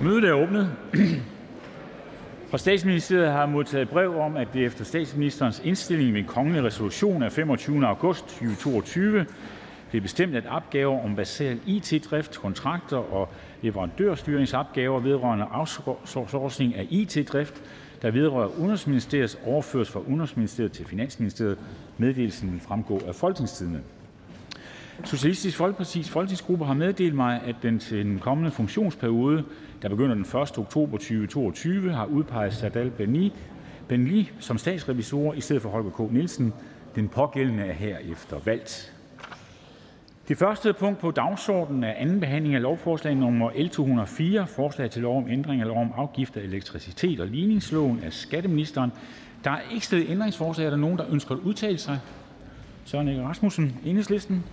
Mødet er åbnet. Fra Statsministeriet har jeg modtaget brev om, at det efter statsministerens indstilling ved kongelig resolution af 25. august 2022 blev bestemt, at opgaver om basal IT-drift, kontrakter og leverandørstyringsopgaver vedrørende outsourcing af IT-drift, der vedrører Udenrigsministeriet, overføres fra Udenrigsministeriet til Finansministeriet. Meddelelsen vil fremgå af Folketingstidende. Socialistisk Folkepartis folketingsgruppe har meddelt mig, at den til den kommende funktionsperiode, der begynder den 1. oktober 2022, har udpeget Serdal Benli som statsrevisor i stedet for Holger K. Nielsen. Den pågældende er herefter valgt. Det første punkt på dagsordenen er anden behandling af lovforslag nummer L 204, forslag til lov om ændring af lov om afgift af elektricitet og ligningsloven af skatteministeren. Der er ikke stillet ændringsforslag. Er der nogen, der ønsker at udtale sig? Søren Egge Rasmussen, Enhedslisten.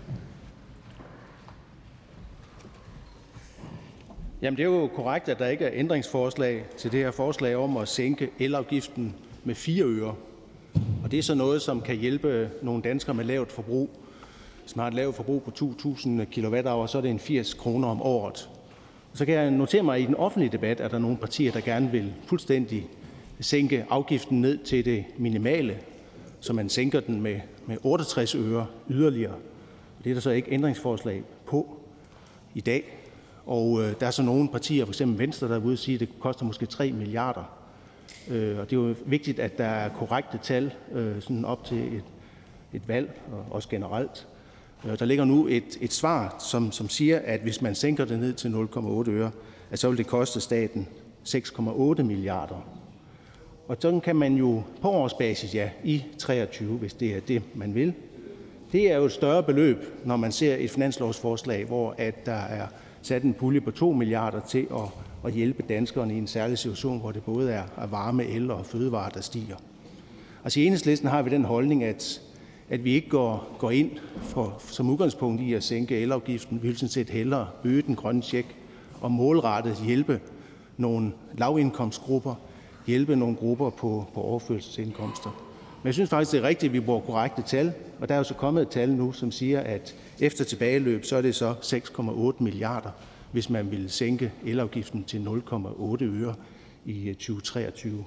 Jamen, det er jo korrekt, at der ikke er ændringsforslag til det her forslag om at sænke elafgiften med 4 øre. Og det er så noget, som kan hjælpe nogle danskere med lavt forbrug. Hvis man har et lavt forbrug på 2.000 kWh, så er det en 80 kroner om året. Og så kan jeg notere mig, at i den offentlige debat er der nogle partier, der gerne vil fuldstændig sænke afgiften ned til det minimale, så man sænker den med 68 øre yderligere. Det er der så ikke ændringsforslag på i dag. Og der er så nogle partier, f.eks. Venstre, der er ude at sige, at det koster måske 3 milliarder. Og det er jo vigtigt, at der er korrekte tal sådan op til et valg, og også generelt. Der ligger nu et svar, som siger, at hvis man sænker det ned til 0,8 øre, så vil det koste staten 6,8 milliarder. Og sådan kan man jo på årsbasis, i 23, hvis det er det, man vil. Det er jo et større beløb, når man ser et finanslovsforslag, hvor at der er sat en pulje på 2 milliarder til at hjælpe danskerne i en særlig situation, hvor det både er varme, el og fødevarer, der stiger. Altså i Enhedslisten har vi den holdning, at vi ikke går ind for som udgangspunkt i at sænke elafgiften. Vi vil sådan set hellere øge den grønne check og målrettet hjælpe nogle lavindkomstgrupper, hjælpe nogle grupper på overførselsindkomster. Men jeg synes faktisk, det er rigtigt, at vi bruger korrekte tal, og der er jo så kommet et tal nu, som siger, at efter tilbageløb, så er det så 6,8 milliarder, hvis man vil sænke elafgiften til 0,8 øre i 2023.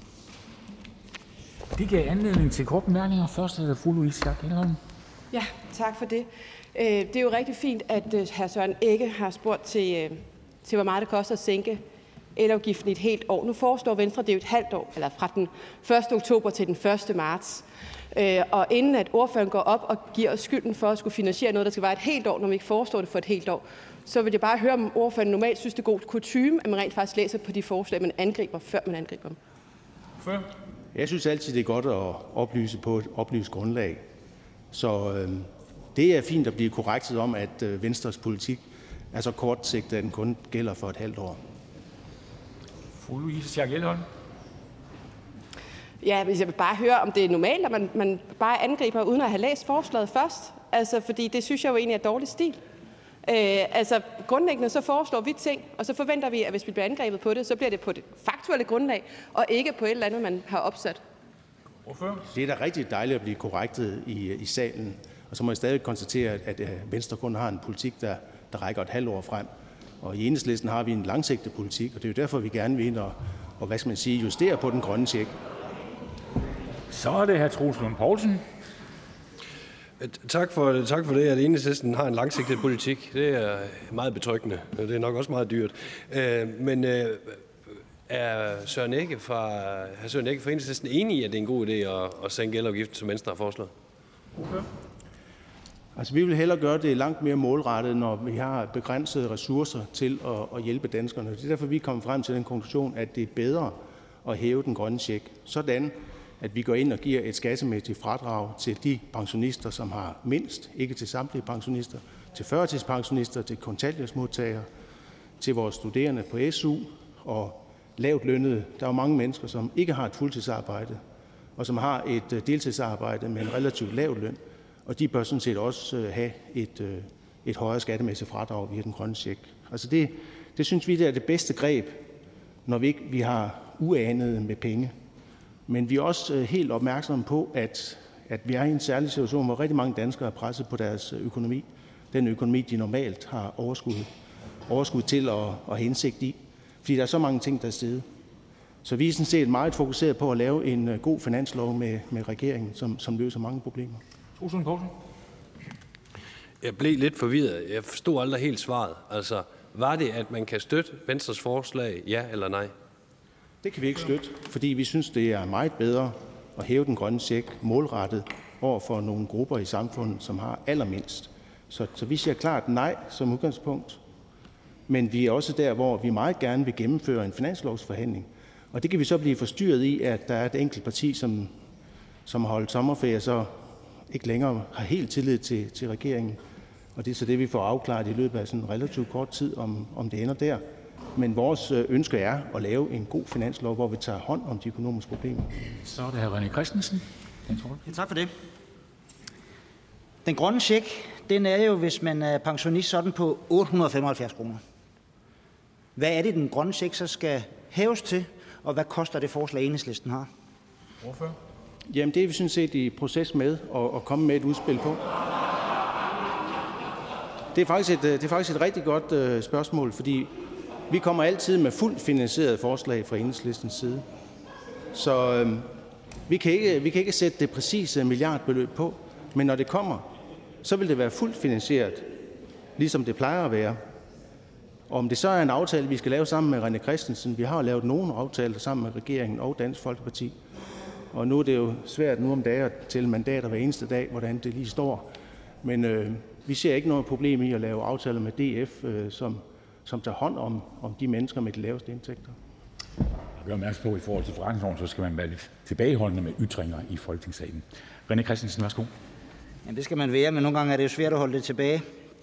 Det gav anledning til kort bemærkninger. Først er det fru Louise Schack Elholm. Ja, tak for det. Det er jo rigtig fint, at hr. Søren Egge har spurgt til, hvor meget det koster at sænke elafgiften i et helt år. Nu foreslår Venstre det jo et halvt år, eller fra den 1. oktober til den 1. marts. Og inden at ordføreren går op og giver os skylden for at skulle finansiere noget, der skal være et helt år, når vi ikke foreslår det for et helt år, så vil jeg bare høre, om ordføreren normalt synes, det er god kutyme, at man rent faktisk læser på de forslag, man angriber, før man angriber dem. Jeg synes altid, det er godt at oplyse på et oplyst grundlag. Så det er fint at blive korrektet om, at Venstres politik er så kortsigtet, at den kun gælder for et halvt år. Fru Louise Schack Elholm. Ja, jeg vil bare høre, om det er normalt, at man bare angriber uden at have læst forslaget først. Altså, fordi det synes jeg jo egentlig er dårlig stil. Grundlæggende så foreslår vi ting, og så forventer vi, at hvis vi bliver angrebet på det, så bliver det på det faktuelle grundlag, og ikke på et eller andet, man har opsat. Det er da rigtig dejligt at blive korrektet i salen, og så må jeg stadig konstatere, at Venstre kun har en politik, der rækker et halvt år frem. Og i Enhedslisten har vi en langsigtet politik, og det er jo derfor, vi gerne vil ind og hvad skal man sige, justere på den grønne check. Så er det hr. Troels Lund Poulsen. Tak for det, at Enhedslisten har en langsigtet politik. Det er meget betryggende, og det er nok også meget dyrt. Men er hr. Søren Egge fra Enhedslisten enig i, at det er en god idé at sænke elafgiften, som Venstre har foreslået? Okay. Altså, vi vil hellere gøre det langt mere målrettet, når vi har begrænsede ressourcer til at hjælpe danskerne. Det er derfor, vi er kommet frem til den konklusion, at det er bedre at hæve den grønne check, sådan at vi går ind og giver et skattemæssigt fradrag til de pensionister, som har mindst, ikke til samtlige pensionister, til førtidspensionister, til kontanthjælpsmodtagere, til vores studerende på SU og lavt lønnede. Der er jo mange mennesker, som ikke har et fuldtidsarbejde, og som har et deltidsarbejde med en relativt lav løn, og de bør sådan set også have et højere skattemæssigt fradrag via den grønne check. Altså det synes vi, det er det bedste greb, når vi har uanede med penge. Men vi er også helt opmærksomme på, at vi er i en særlig situation, hvor rigtig mange danskere er presset på deres økonomi. Den økonomi, de normalt har overskud til at have indsigt i. fordi der er så mange ting, der er steget. Så vi er sådan set meget fokuseret på at lave en god finanslov med regeringen, som løser mange problemer. Jeg blev lidt forvirret. Jeg forstod aldrig helt svaret. Altså, var det, at man kan støtte Venstres forslag, ja eller nej? Det kan vi ikke støtte, fordi vi synes, det er meget bedre at hæve den grønne check målrettet over for nogle grupper i samfundet, som har allermindst. Så vi siger klart nej som udgangspunkt. Men vi er også der, hvor vi meget gerne vil gennemføre en finanslovsforhandling. Og det kan vi så blive forstyrret i, at der er et enkelt parti, som har holdt sommerferie, så ikke længere har helt tillid til regeringen. Og det er så det, vi får afklaret i løbet af sådan en relativt kort tid, om det ender der. Men vores ønske er at lave en god finanslov, hvor vi tager hånd om de økonomiske problemer. Så er det hr. René Christensen. Ja, tak for det. Den grønne check, den er jo, hvis man er pensionist, sådan på 875 kroner. Hvad er det, den grønne check så skal hæves til, og hvad koster det forslag, Enhedslisten har? Hvorfor? Jamen, det er vi sådan set i proces med at komme med et udspil på. Det er faktisk et rigtig godt spørgsmål, fordi vi kommer altid med fuldt finansieret forslag fra Enhedslistens side. Så vi kan ikke sætte det præcise milliardbeløb på, men når det kommer, så vil det være fuldt finansieret, ligesom det plejer at være. Om det så er en aftale, vi skal lave sammen med René Christensen. Vi har lavet nogle aftaler sammen med regeringen og Dansk Folkeparti. Og nu er det jo svært nu om dagen at tælle mandater hver eneste dag, hvordan det lige står. Men vi ser ikke noget problem i at lave aftaler med DF, som tager hånd om de mennesker med de laveste indtægter. Jeg gør opmærksom på, i forhold til forretningsordenen, så skal man være lidt tilbageholdende med ytringer i Folketingssalen. René Christensen, værsgo. Jamen, det skal man være, men nogle gange er det jo svært at holde det tilbage.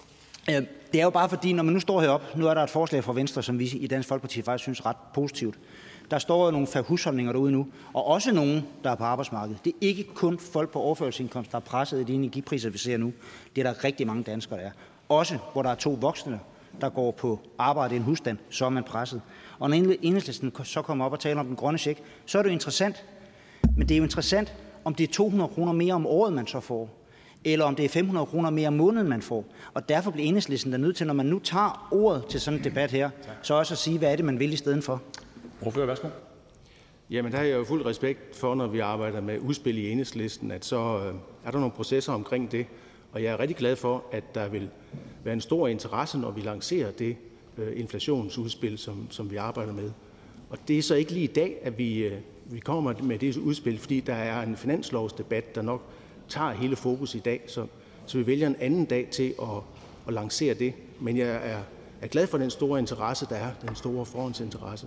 Det er jo bare fordi, når man nu står heroppe, nu er der et forslag fra Venstre, som vi i Dansk Folkeparti faktisk synes ret positivt. Der står jo nogle husholdninger derude nu, og også nogen, der er på arbejdsmarkedet. Det er ikke kun folk på overførselsindkomst, der er presset af de energipriser, vi ser nu. Det er der rigtig mange danskere, der er. Også hvor der er 2 voksne, der går på arbejde i en husstand, så er man presset. Og når Enhedslisten så kommer op og taler om den grønne check, så er det jo interessant. Men det er jo interessant, om det er 200 kroner mere om året, man så får, eller om det er 500 kroner mere om måneden, man får. Og derfor bliver Enhedslisten der nødt til, når man nu tager ordet til sådan en debat her, så også at sige, hvad er det, man vil i stedet for. Ordfører, værsgo. Jamen, der har jeg jo fuld respekt for, når vi arbejder med udspil i Enhedslisten, at så er der nogle processer omkring det. Og jeg er rigtig glad for, at der vil være en stor interesse, når vi lancerer det inflationsudspil, som vi arbejder med. Og det er så ikke lige i dag, at vi kommer med det udspil, fordi der er en finanslovsdebat, der nok tager hele fokus i dag. Så vi vælger en anden dag til at lancere det. Men jeg er glad for den store interesse, der er, den store forhåndsinteresse.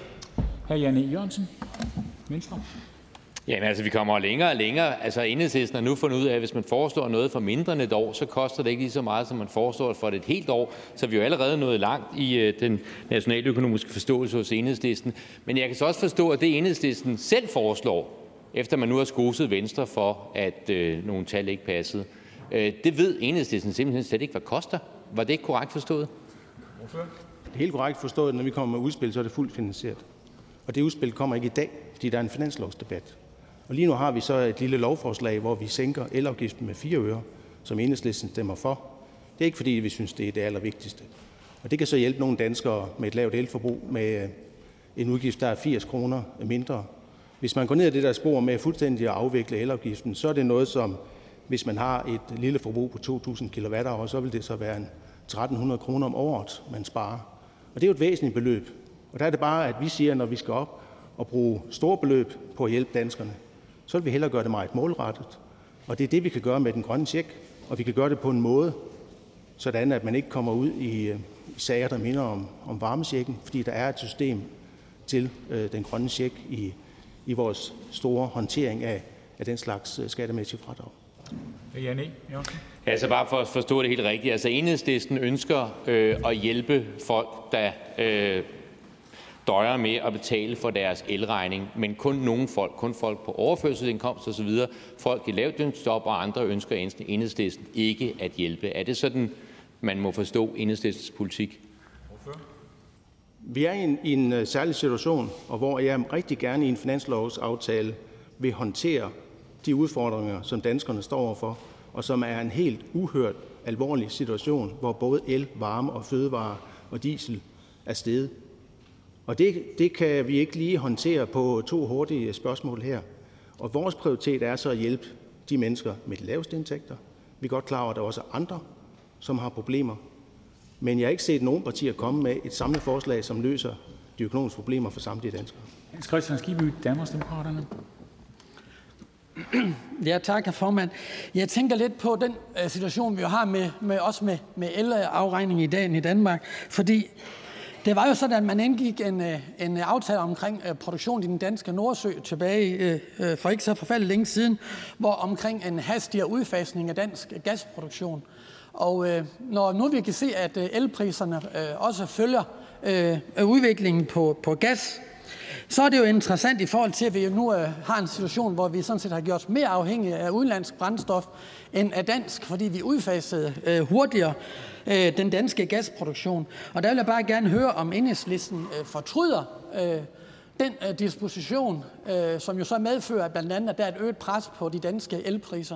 Hr. Jan E. Jørgensen, Venstre. Jamen altså, vi kommer længere og længere. Altså, Enhedslisten har nu fundet ud af, at hvis man foreslår noget for mindre end et år, så koster det ikke lige så meget, som man foreslår for et helt år. Så vi er jo allerede nået langt i den nationaløkonomiske forståelse hos Enhedslisten. Men jeg kan så også forstå, at det Enhedslisten selv foreslår, efter man nu har skoset Venstre for, at nogle tal ikke passede, det ved Enhedslisten simpelthen slet ikke, hvad koster. Var det ikke korrekt forstået? Det er helt korrekt forstået, når vi kommer med udspil, så er det fuldt finansieret. Og det udspil kommer ikke i dag, fordi der er en finanslovsdebat. Og lige nu har vi så et lille lovforslag, hvor vi sænker elafgiften med 4 øre, som Enhedslisten stemmer for. Det er ikke fordi, vi synes, det er det allervigtigste. Og det kan så hjælpe nogle danskere med et lavt elforbrug med en udgift, der er 80 kroner mindre. Hvis man går ned ad det der spor med fuldstændig at afvikle elafgiften, så er det noget som, hvis man har et lille forbrug på 2.000 kWh, så vil det så være 1.300 kroner om året, man sparer. Og det er jo et væsentligt beløb. Og der er det bare, at vi siger, at når vi skal op og bruge store beløb på at hjælpe danskerne, så vil vi hellere gøre det meget målrettet. Og det er det, vi kan gøre med den grønne check, og vi kan gøre det på en måde, sådan at man ikke kommer ud i sager, der minder om varmechecken, fordi der er et system til den grønne check i vores store håndtering af den slags skattemæssige fradrag. Altså bare for at forstå det helt rigtigt. Altså Enhedslisten ønsker at hjælpe folk, der døjer med at betale for deres elregning, men kun nogle folk, kun folk på overførselsindkomst osv., folk i lavtlønsjob og andre ønsker Enhedslisten ikke at hjælpe. Er det sådan, man må forstå Enhedslistens politik? Vi er i en særlig situation, og hvor jeg rigtig gerne i en finanslovsaftale vil håndtere de udfordringer, som danskerne står overfor, og som er en helt uhørt alvorlig situation, hvor både el, varme og fødevarer og diesel er steget. Og det kan vi ikke lige håndtere på 2 hurtige spørgsmål her. Og vores prioritet er så at hjælpe de mennesker med de laveste indtægter. Vi er godt klar over, at der også er andre, som har problemer. Men jeg har ikke set nogen partier komme med et samlet forslag, som løser de økonomiske problemer for samtlige danskere. Hans Kristian Skibby, Danmarksdemokraterne. Ja, tak, hr. formand. Jeg tænker lidt på den situation, vi jo har med elafregning i dag i Danmark. Fordi det var jo sådan, at man indgik en aftale omkring produktion i den danske Nordsø tilbage for ikke så forfærdeligt længe siden, hvor omkring en hastigere udfasning af dansk gasproduktion. Og når nu vi kan se, at elpriserne også følger udviklingen på gas, så er det jo interessant i forhold til, at vi nu har en situation, hvor vi sådan set har gjort os mere afhængige af udenlandsk brændstof end af dansk, fordi vi udfasede hurtigere den danske gasproduktion. Og der vil jeg bare gerne høre, om Enhedslisten fortryder den disposition, som jo så medfører blandt andet, at der er et øget pres på de danske elpriser.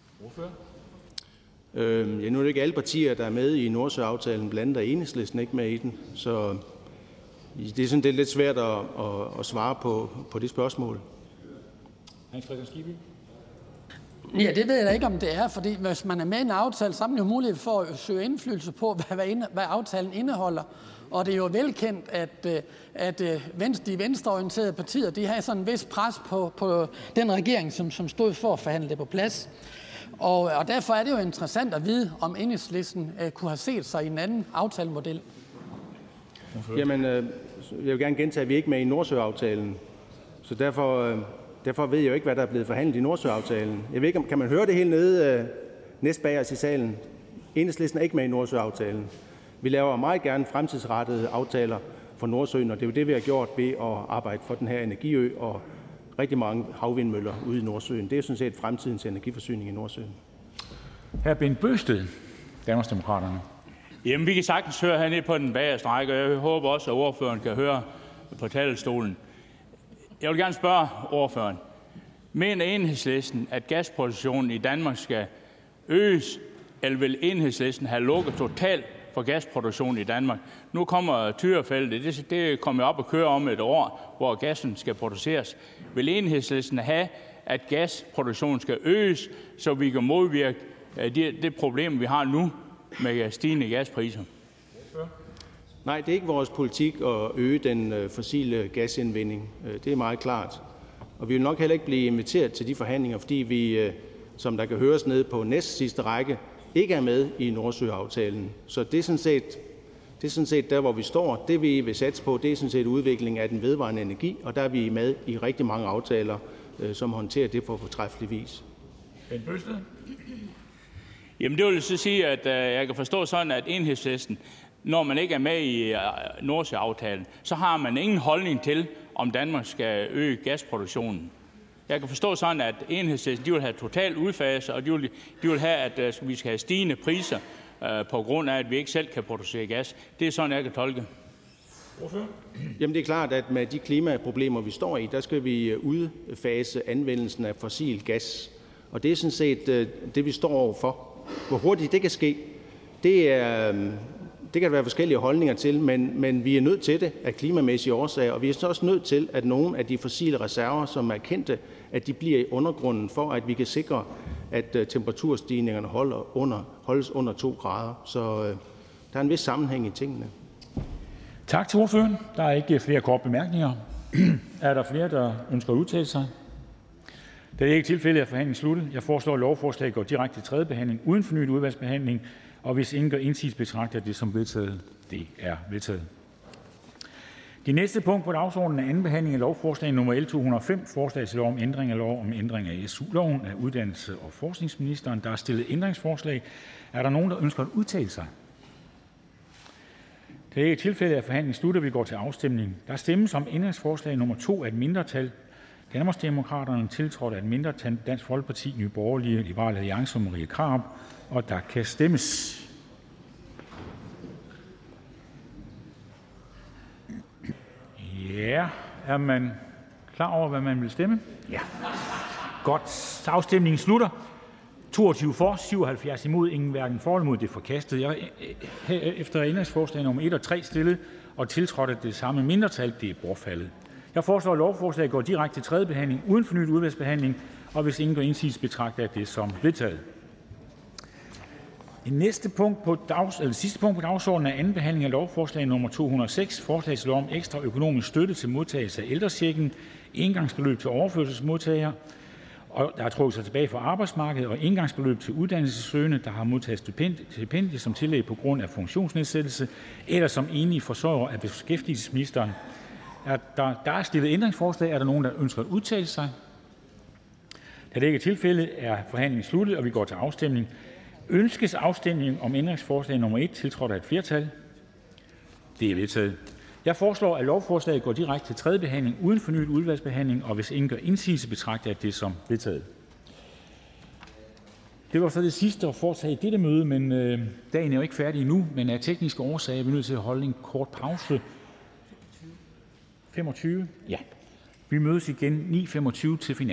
Nu er det ikke alle partier, der er med i Nordsøaftalen, blandt andet Enhedslisten ikke med i den, så det er sådan, det er lidt svært at svare på det spørgsmål. Hans Kristian Skibby. Ja, det ved jeg da ikke, om det er, fordi hvis man er med i en aftale, så har man jo mulighed for at søge indflydelse på, hvad aftalen indeholder. Og det er jo velkendt, at de venstreorienterede partier, de har sådan en vis pres på den regering, som stod for at forhandle det på plads. Og derfor er det jo interessant at vide, om Enhedslisten kunne have set sig i en anden aftalemodel. Jamen, jeg vil gerne gentage, at vi ikke er med i Nordsøaftalen. Så derfor ved jeg jo ikke, hvad der er blevet forhandlet i Nordsøaftalen. Jeg ved ikke, kan man høre det helt nede næst bag os i salen? Enhedslisten er ikke med i Nordsøaftalen. Vi laver meget gerne fremtidsrettede aftaler for Nordsøen, og det er jo det, vi har gjort ved at arbejde for den her energiø og rigtig mange havvindmøller ude i Nordsøen. Det er sådan set fremtidens energiforsyning i Nordsøen. Hr. Bent Bøgsted, Danmarksdemokraterne. Jamen, vi kan sagtens høre hernede på den bagerste række, og jeg håber også, at ordføreren kan høre på talerstolen. Jeg vil gerne spørge ordføreren, mener Enhedslisten, at gasproduktionen i Danmark skal øges, eller vil Enhedslisten have lukket totalt for gasproduktion i Danmark? Nu kommer Tyrafeltet, det kommer op at køre om et år, hvor gassen skal produceres. Vil Enhedslisten have, at gasproduktionen skal øges, så vi kan modvirke det problem, vi har nu med stigende gaspriser? Nej, det er ikke vores politik at øge den fossile gasindvinding. Det er meget klart. Og vi vil nok heller ikke blive inviteret til de forhandlinger, fordi vi, som der kan høres nede på næst sidste række, ikke er med i Nordsøaftalen. Så det er sådan set der, hvor vi står. Det vi vil satse på, det er sådan set udvikling af den vedvarende energi, og der er vi med i rigtig mange aftaler, som håndterer det på fortræffelig vis. Bent Bøgsted. Jamen, det vil så sige, at jeg kan forstå sådan, at Enhedslisten, når man ikke er med i Nordsøaftalen, så har man ingen holdning til, om Danmark skal øge gasproduktionen. Jeg kan forstå sådan, at Enhedslisten, de vil have totalt udfase, og de vil have, at vi skal have stigende priser på grund af, at vi ikke selv kan producere gas. Det er sådan, jeg kan tolke. Jamen, det er klart, at med de klimaproblemer, vi står i, der skal vi udfase anvendelsen af fossil gas. Og det er sådan set det, vi står overfor. Hvor hurtigt det kan ske, det kan der være forskellige holdninger til, men vi er nødt til det af klimamæssige årsager, og vi er så også nødt til, at nogle af de fossile reserver, som er kendte, at de bliver i undergrunden, for at vi kan sikre, at temperaturstigningerne holdes under 2 grader. Så der er en vis sammenhæng i tingene. Tak til ordføreren. Der er ikke flere korte bemærkninger. Er der flere, der ønsker at udtale sig? Da det ikke er tilfældet, er forhandlingen sluttet. Jeg foreslår, at lovforslaget går direkte til tredje behandling uden fornyet udvalgsbehandling, og hvis ingen gør indsigelse, betragter jeg det som vedtaget. Det er vedtaget. Det næste punkt på dagsordenen er anden behandling af lovforslag nr. L 205, forslag til lov om ændring af lov om ændring af SU-loven af uddannelses- og forskningsministeren. Der er stillet ændringsforslag. Er der nogen, der ønsker at udtale sig? Da det ikke er tilfældet, er forhandlingen sluttet. Vi går til afstemning. Der stemmes om ændringsforslag nr. 2 af et mindretal. Danmarksdemokraterne tiltrådt af et mindretal, Dansk Folkeparti, Nye Borgerlige, Liberal Alliance og Marie Krarup, og der kan stemmes. Ja, er man klar over, hvad man vil stemme? Ja. Godt. Afstemningen slutter. 22 for, 77 imod, ingen hverken for eller imod. Det er forkastet. Jeg efter ændringsforslag nummer 1 og 3 stillet og tiltrådt af det samme mindretal, det er bortfaldet. Jeg foreslår, at lovforslaget går direkte til tredje behandling uden fornyet udvalgsbehandling, og hvis ingen gør indsigelse, betragter jeg det som vedtaget. Det sidste punkt på dagsordenen er anden behandling af lovforslag nummer 206, forslag til lov om ekstra økonomisk støtte til modtagelse af ældrechecken, engangsbeløb til overførselsmodtagere, der har trukket sig tilbage fra arbejdsmarkedet, og engangsbeløb til uddannelsessøgende, der har modtaget stipendie som tillæg på grund af funktionsnedsættelse, eller som enlige forsørgere af beskæftigelsesministeren. Der er stillet ændringsforslag. Er der nogen, der ønsker at udtale sig? Da det ikke er tilfældet, er forhandlingen sluttet, og vi går til afstemning. Ønskes afstemning om ændringsforslag nummer 1, tiltrådt af et flertal? Det er vedtaget. Jeg foreslår, at lovforslaget går direkte til tredje behandling uden fornyet udvalgsbehandling, og hvis ingen gør indsigelse, betragter jeg det som vedtaget. Det var så det sidste at foretage i dette møde, men dagen er jo ikke færdig endnu, men af tekniske årsager er vi nødt til at holde en kort pause. 25? Ja. Vi mødes igen 9.25 til finalen.